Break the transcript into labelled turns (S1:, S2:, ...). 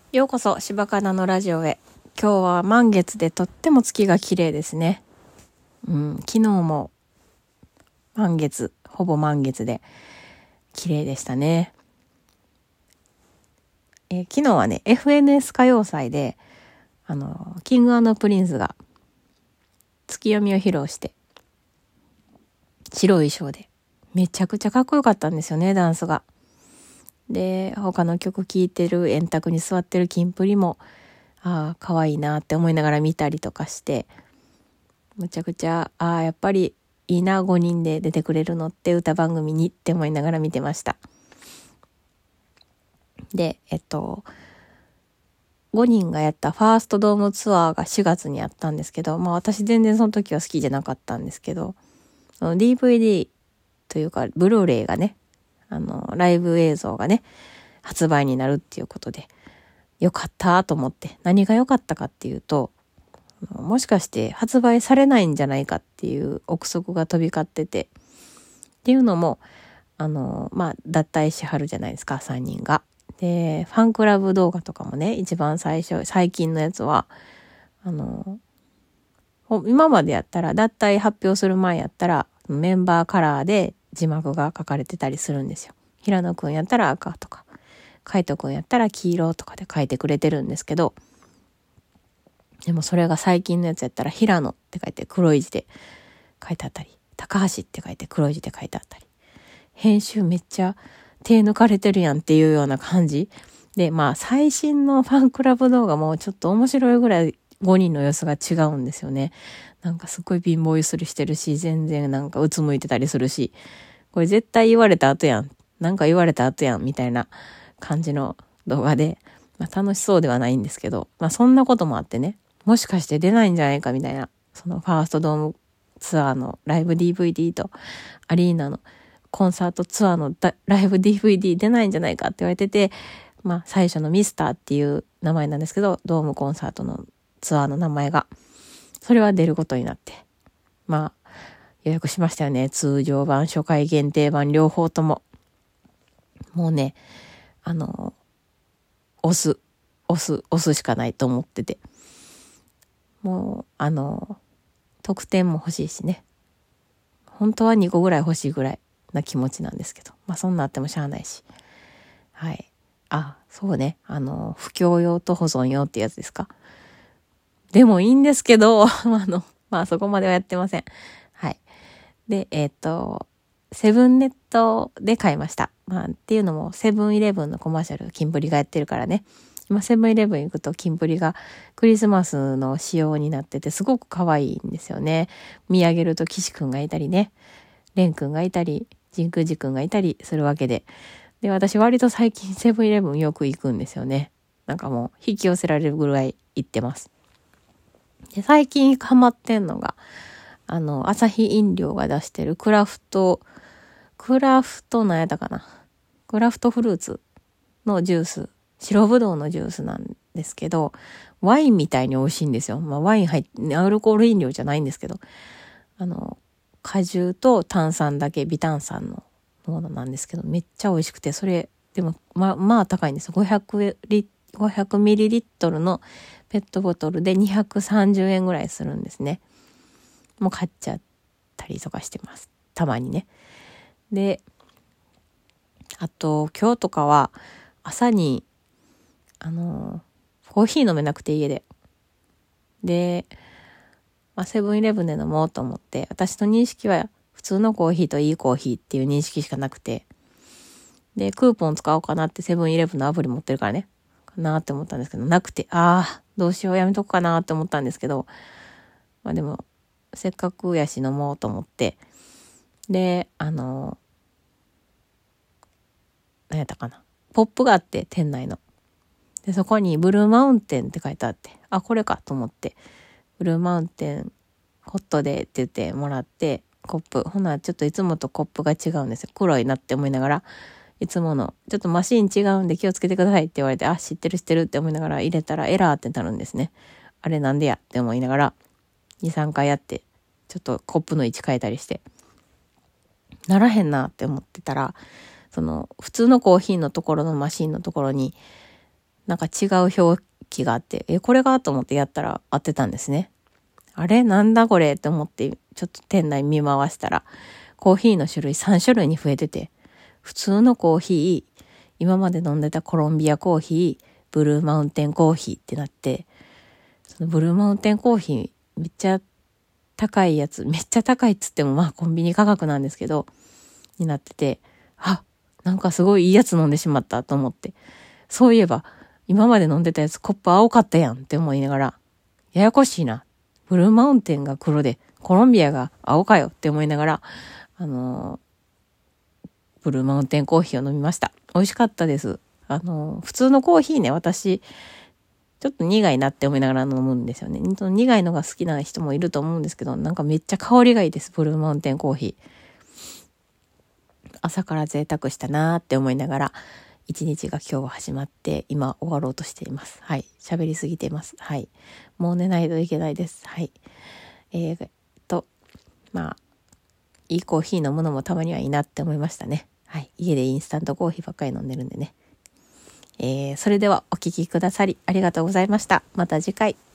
S1: ようこそ柴かなのラジオへ。今日は満月でとっても月が綺麗ですね。昨日もほぼ満月で綺麗でしたね。昨日はね、FNS 歌謡祭で、キング&プリンスが月読みを披露して、白い衣装でめちゃくちゃかっこよかったんですよね、ダンスが。で、他の曲聴いてる円卓に座ってるキンプリも、可愛いなって思いながら見たりとかして、むちゃくちゃ、やっぱりいいな、5人で出てくれるのって歌番組にって思いながら見てました。で、5人がやったファーストドームツアーが4月にあったんですけど、私全然その時は好きじゃなかったんですけど、DVD というか、ブルーレイがね、ライブ映像がね、発売になるっていうことで、よかったと思って、何が良かったかっていうと、もしかして発売されないんじゃないかっていう憶測が飛び交ってて、っていうのも、脱退しはるじゃないですか、3人が。で、ファンクラブ動画とかもね、一番最近のやつは、今までやったら、脱退発表する前やったら、メンバーカラーで字幕が書かれてたりするんですよ。平野くんやったら赤とか、海斗くんやったら黄色とかで書いてくれてるんですけど、でもそれが最近のやつやったら、平野って書いて黒い字で書いてあったり、高橋って書いて黒い字で書いてあったり、編集めっちゃ手抜かれてるやんっていうような感じで、最新のファンクラブ動画もちょっと面白いぐらい5人の様子が違うんですよね。なんかすごい貧乏ゆすりしてるし、全然なんかうつむいてたりするし、これ絶対言われた後やん。なんか言われた後やんみたいな感じの動画で、楽しそうではないんですけど、そんなこともあってね、もしかして出ないんじゃないかみたいな、そのファーストドームツアーのライブ DVD とアリーナのコンサートツアーのライブ DVD 出ないんじゃないかって言われてて、最初のミスターっていう名前なんですけど、ドームコンサートのツアーの名前が、それは出ることになって、予約しましたよね。通常版、初回限定版、両方とも。もうね、押すしかないと思ってて。もう、特典も欲しいしね。本当は2個ぐらい欲しいぐらいな気持ちなんですけど。そんなあってもしゃあないし。はい。そうね。布教用と保存用ってやつですか。でもいいんですけど、そこまではやってません。はい。で、セブンネットで買いました。っていうのも、セブンイレブンのコマーシャル、キンプリがやってるからね。今、セブンイレブン行くと、キンプリがクリスマスの仕様になってて、すごく可愛いんですよね。見上げると、岸くんがいたりね、レンくんがいたり、神宮寺くんがいたりするわけで。で、私割と最近セブンイレブンよく行くんですよね。なんかもう、引き寄せられるぐらい行ってます。で、最近ハマってんのが、アサヒ飲料が出してるクラフトなんやったかな。クラフトフルーツのジュース、白ぶどうのジュースなんですけど、ワインみたいに美味しいんですよ。ワインアルコール飲料じゃないんですけど、果汁と炭酸だけ、微炭酸のものなんですけど、めっちゃ美味しくて、それ、でも、高いんですよ。500ミリリットルのペットボトルで230円ぐらいするんですね。もう買っちゃったりとかしてます。たまにね。で、あと、今日とかは朝に、コーヒー飲めなくて家で。で、セブンイレブンで飲もうと思って、私の認識は普通のコーヒーといいコーヒーっていう認識しかなくて、で、クーポン使おうかなってセブンイレブンのアプリ持ってるからね、かなって思ったんですけど、なくて、どうしようやめとくかなって思ったんですけど、でも、せっかくやし飲もうと思って、で、何やったかな。ポップがあって、店内の。で、そこにブルーマウンテンって書いてあって、これかと思って、ブルーマウンテンホットでって言ってもらって、コップ。ほな、ちょっといつもとコップが違うんですよ。黒いなって思いながら、いつもの、ちょっとマシン違うんで気をつけてくださいって言われて、知ってるって思いながら入れたらエラーってなるんですね。あれなんでやって思いながら、2、3回やって、ちょっとコップの位置変えたりして、ならへんなって思ってたら、普通のコーヒーのところのマシンのところに、 なんか違う表記があって、これがと思ってやったら合ってたんですね。あれなんだこれって思って、ちょっと店内見回したら、コーヒーの種類3種類に増えてて、普通のコーヒー、今まで飲んでたコロンビアコーヒー、ブルーマウンテンコーヒーってなって、そのブルーマウンテンコーヒーめっちゃ高いやつ、めっちゃ高いっつってもまあコンビニ価格なんですけど、になってて、なんかすごいいいやつ飲んでしまったと思って。そういえば、今まで飲んでたやつコップ青かったやんって思いながら、ややこしいな。ブルーマウンテンが黒で、コロンビアが青かよって思いながら、ブルーマウンテンコーヒーを飲みました。美味しかったです。普通のコーヒーね、私、ちょっと苦いなって思いながら飲むんですよね。苦いのが好きな人もいると思うんですけど、なんかめっちゃ香りがいいです、ブルーマウンテンコーヒー。朝から贅沢したなーって思いながら、一日が今日は始まって、今終わろうとしています。はい。喋りすぎています。はい。もう寝ないといけないです。はい。まあ、いいコーヒー飲むのもたまにはいいなって思いましたね。はい。家でインスタントコーヒーばっかり飲んでるんでね。それではお聞きくださりありがとうございました。また次回。